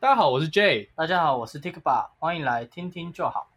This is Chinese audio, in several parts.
大家好，我是 J。 大家好，我是 Tikba， 欢迎来听听就好。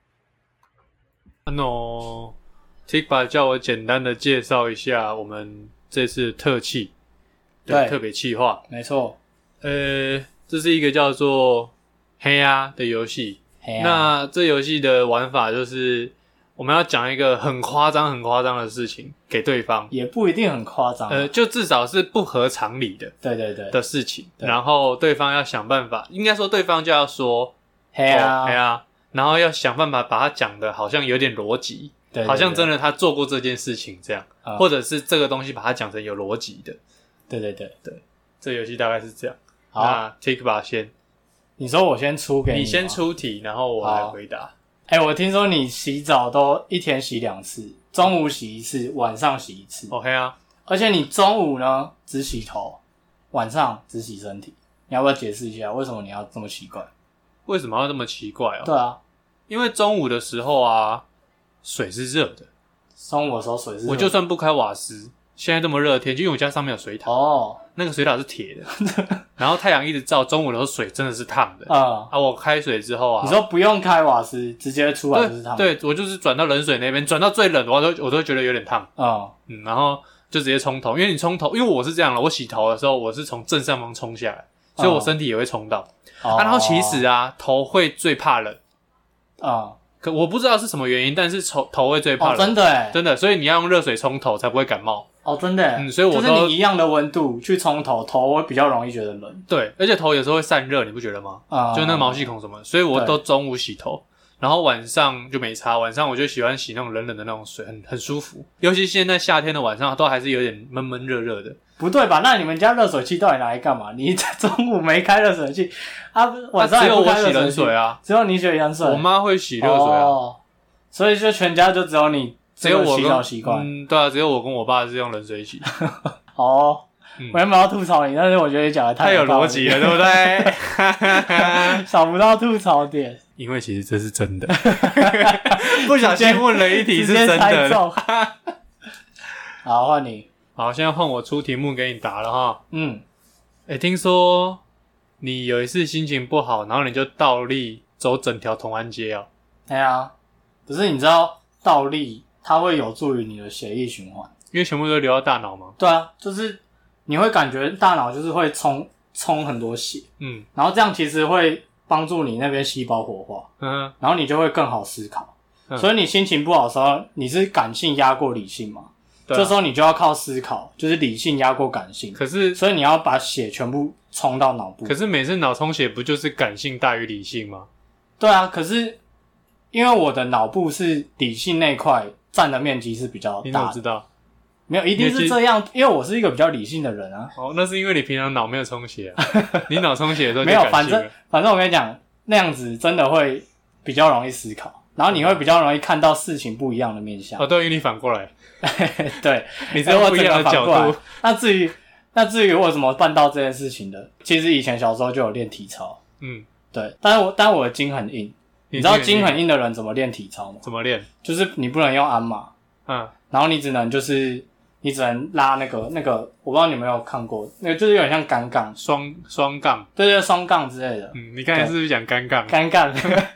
Tikba 叫我简单的介绍一下我们这次特企的特别企划。 没错。 这是一个叫做黑鸭的游戏。那这游戏的玩法就是我们要讲一个很夸张的事情给对方， 也不一定很夸张， 就至少是不合常理的， 对的事情，然后对方要想办法，应该说对方就要说黑啊，然后要想办法把它讲的好像有点逻辑，对，好像真的他做过这件事情这样，或者是这个东西把它讲成有逻辑的，对，这游戏大概是这样。好，那 Tikba 先， 你说我先出给你， 你先出题，然后我来回答。 我听说你洗澡都一天洗2次，中午洗1次，晚上洗1次。 OK 啊， 而且你中午呢只洗头，晚上只洗身体。你要不要解释一下为什么你要这么奇怪？ 为什么要这么奇怪哦？ 对啊， 因为中午的时候啊，水是热的。 中午的时候水是热的，我就算不开瓦斯，现在这么热的天气，因为我家上面有水塔，那个水塔是铁的，然后太阳一直照，中午的时候水真的是烫的。我开水之后啊， 你说不用开瓦斯，直接出来就是烫的。 对，我就是转到冷水那边，转到最冷的我都觉得有点烫。然后就直接冲头，因为你冲头，因为我是这样了，我洗头的时候我是从正上方冲下来，所以我身体也会冲到。然后其实啊，头会最怕冷。可我不知道是什么原因，但是头会最怕冷。 真的耶， 真的，所以你要用热水冲头才不会感冒。 真的耶。 所以我就是你一样的温度去冲头，头会比较容易觉得冷。 对，而且头有时候会散热，你不觉得吗？就那个毛细孔什么，所以我都中午洗头，然后晚上就没擦。晚上我就喜欢洗那种冷冷的那种水，很舒服。尤其现在夏天的晚上，都还是有点闷闷热热的。 不对吧？那你们家热水器到底拿来干嘛？你中午没开热水器晚上也不开热水器， 只有我洗冷水啊， 只有你洗冷水， 我妈会洗热水啊。 所以就全家就只有你这个洗澡习惯。 对啊，只有我跟我爸是用冷水洗。 我原本要吐槽你，但是我觉得你讲的太有逻辑了，对不对？ 找不到吐槽点， 因为其实这是真的。不小心问了一题是真的。 好，换你。 好，现在换我出题目给你答了哈。听说你有一次心情不好，然后你就倒立走整条同安街啊。 对啊，可是你知道倒立它会有助于你的血液循环， 因为全部都流到大脑吗？ 对啊，就是你会感觉大脑就是会冲很多血，然后这样其实会帮助你那边细胞活化，然后你就会更好思考。所以你心情不好的时候，你是感性压过理性嘛？这时候你就要靠思考，就是理性压过感性。所以你要把血全部冲到脑部。 可是每次脑充血不就是感性大于理性吗？ 对啊，可是因为我的脑部是理性那块占的面积是比较大的。 你怎么知道？ 没有，一定是这样，因为我是一个比较理性的人啊。 那是因为你平常脑没有充血啊。你脑充血的时候就没有， 感性了。 反正我跟你讲，那样子真的会比较容易思考，然后你会比较容易看到事情不一样的面向。 对，因为你反过来。 对， 你只有不一样的角度。 那至于我怎么办到这件事情的，其实以前小时候就有练体操。对，但我的筋很硬。你知道筋很硬的人怎么练体操吗？ 怎么练？ 就是你不能用鞍马，然后你只能拉那个，我不知道你们有没有看过，那个就是有点像杆杠， 双杠， 对，双杠之类的。 你刚才是不是讲单杠？ 单杠，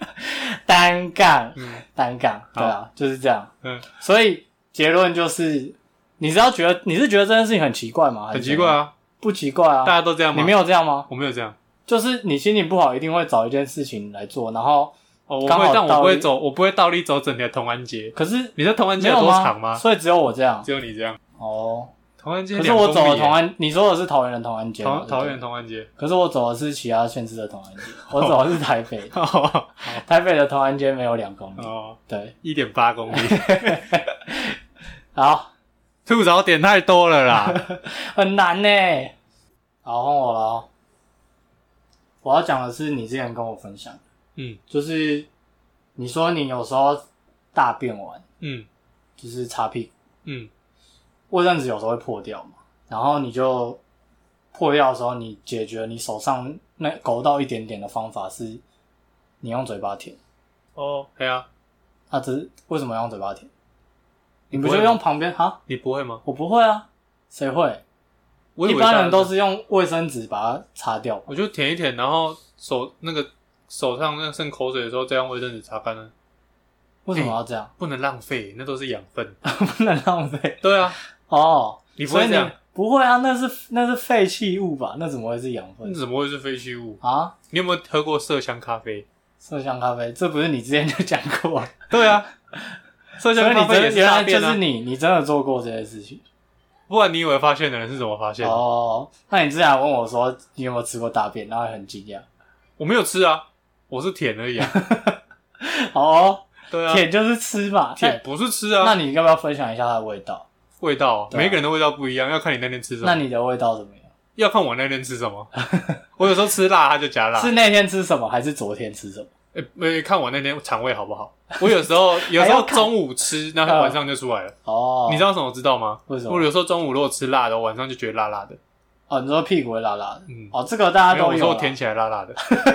单杠，对啊，就是这样。所以结论就是，你是觉得这件事情很奇怪吗？ 很奇怪啊， 不奇怪啊， 大家都这样吗？ 你没有这样吗？ 我没有这样， 就是你心情不好，一定会找一件事情来做，然后。 我会，但我不会倒立走整条同安街。 可是你知道同安街有多长吗？ 所以只有我这样， 只有你这样。同安街可是我走的你说的是桃园的同安街， 桃园同安街。 可是我走的是其他县市的同安街，我走的是台北。台北的同安街没有2公里，对 ，1.8公里。 好， 吐槽点太多了啦， 很难耶。好，换我了。我要讲的是你之前跟我分享的。就是你说你有时候大便完，就是擦屁股，卫生纸有时候会破掉嘛，然后你就破掉的时候，你解决你手上那勾到一点点的方法是，你用嘴巴舔。 对啊。 这是为什么要用嘴巴舔？你不就用旁边哈？ 你不会吗？ 我不会啊，谁会？ 一般人都是用卫生纸把它擦掉。 我就舔一舔，然后手上那剩口水的时候，再用卫生纸擦干了。 为什么要这样？ 不能浪费，那都是养分， 不能浪费。 对啊，你不会这样？ 不会啊，那是废弃物吧？那怎么会是养分？ 那怎么会是废弃物啊？ 你有没有喝过麝香咖啡？ 麝香咖啡，这不是你之前就讲过？ 对啊，麝香咖啡也是大便啊。 就是你真的做过这些事情？ 不然你以为发现的人是怎么发现的？ 那你之前还问我说你有没有吃过大便，然后很惊讶。 我没有吃啊，我是舔而已啊。 对啊，舔就是吃嘛， 舔不是吃啊。 那你要不要分享一下它的味道？ 味道，每个人的味道不一样，要看你那天吃什么。 那你的味道怎么样？ 要看我那天吃什么。我有时候吃辣，他就加辣。 是那天吃什么，还是昨天吃什么？ 看我那天肠胃好不好。我有时候中午吃，然后晚上就出来了。你知道什么？我知道吗？ 为什么？ 我有时候中午如果吃辣的，我晚上就觉得辣辣的。 你说屁股会辣辣的。这个大家都有。 我说我舔起来辣辣的。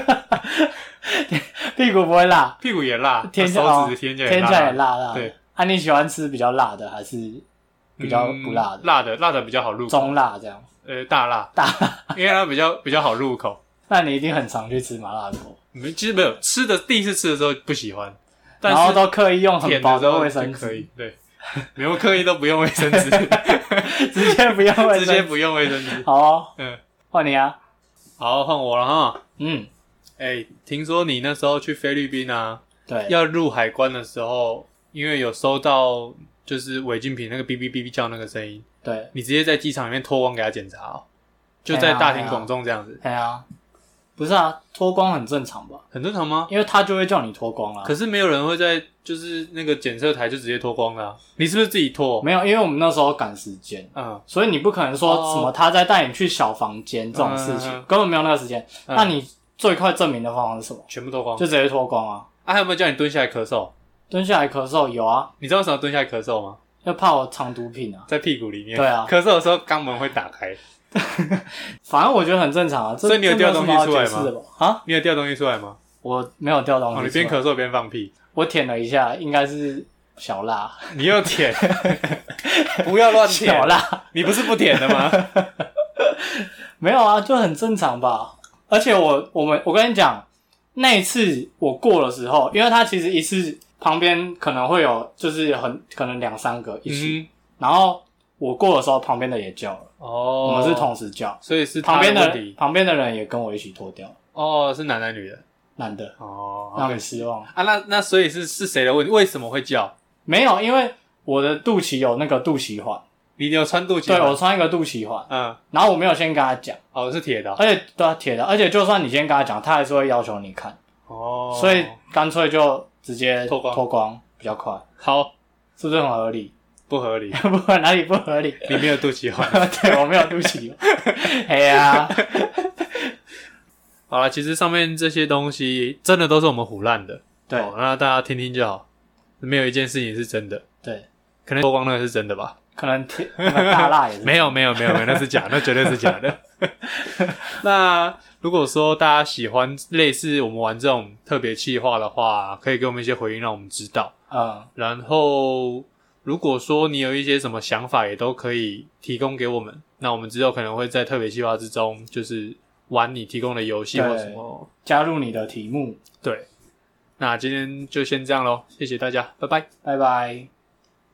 屁股不会辣， 屁股也辣，手指舔起来也辣辣。对，你喜欢吃比较辣的，还是比较不辣的？辣的比较好入口， 中辣这样。 大辣，因为它比较好入口。 那你一定很常去吃麻辣锅。 其实没有第一次吃的时候不喜欢， 然后都刻意用很薄的卫生纸。 可以，对，没有刻意都不用卫生纸， 直接不用卫生纸。 直接不用卫生纸。 好换你啊。 好，换我了哈。听说你那时候去菲律宾啊， 对， 要入海关的时候，因为有收到就是违禁品那个哔哔哔哔叫那个声音， 对， 你直接在机场里面脱光给他检查就在大庭广众这样子。 对啊，不是啊，脱光很正常吧？ 很正常吗？ 因为他就会叫你脱光啦。 可是没有人会在就是那个检测台就直接脱光啦。你是不是自己脱？ 没有，因为我们那时候赶时间，所以你不可能说什么他在带你去小房间这种事情，根本没有那个时间。那你最快证明的方法是什么？ 全部脱光， 就直接脱光啊！ 还有没有叫你蹲下来咳嗽？ 蹲下来咳嗽有啊。 你知道为什么蹲下来咳嗽吗？ 要怕我藏毒品啊， 在屁股里面。 对啊， 咳嗽的时候肛门会打开。 反正我觉得很正常啊。 所以你有掉东西出来吗？ 你有掉东西出来吗？ 我没有掉东西。 你边咳嗽边放屁。 我舔了一下，应该是小辣。 你又舔？不要乱舔。 小辣， 你不是不舔的吗？ 没有啊，就很正常吧。而且我跟你讲，那一次我过的时候，因为他其实一次旁边可能会有，就是可能2-3个一起，然后我过的时候旁边的也叫了。我们是同时叫， 所以是他的问题。 旁边的人也跟我一起脱掉。 是男的女的？ 男的。让你失望啊！那所以是谁的问题？为什么会叫？ 没有，因为我的肚脐有那个肚脐环。 你有穿肚脐环？ 对，我穿一个肚脐环。然后我没有先跟他讲。 是铁的。 而且对啊，铁的。而且就算你先跟他讲，他还是会要求你看。所以干脆就直接脱光比较快。 好， 是不是很合理？ 不合理。 不合理，哪里不合理？ 你没有肚脐环。 对，我没有肚脐环。嘿啊。 好啦，其实上面这些东西真的都是我们唬烂的。 对， 那大家听听就好。没有一件事情是真的。 对， 可能脱光那个是真的吧？ 可能大辣也是。 没有，那是假的，那绝对是假的。那如果说大家喜欢类似我们玩这种特别企划的话，可以给我们一些回应，让我们知道。然后如果说你有一些什么想法，也都可以提供给我们。那我们之后可能会在特别企划之中，就是玩你提供的游戏或什么， 加入你的题目。 对，那今天就先这样咯，谢谢大家，拜拜， 拜拜。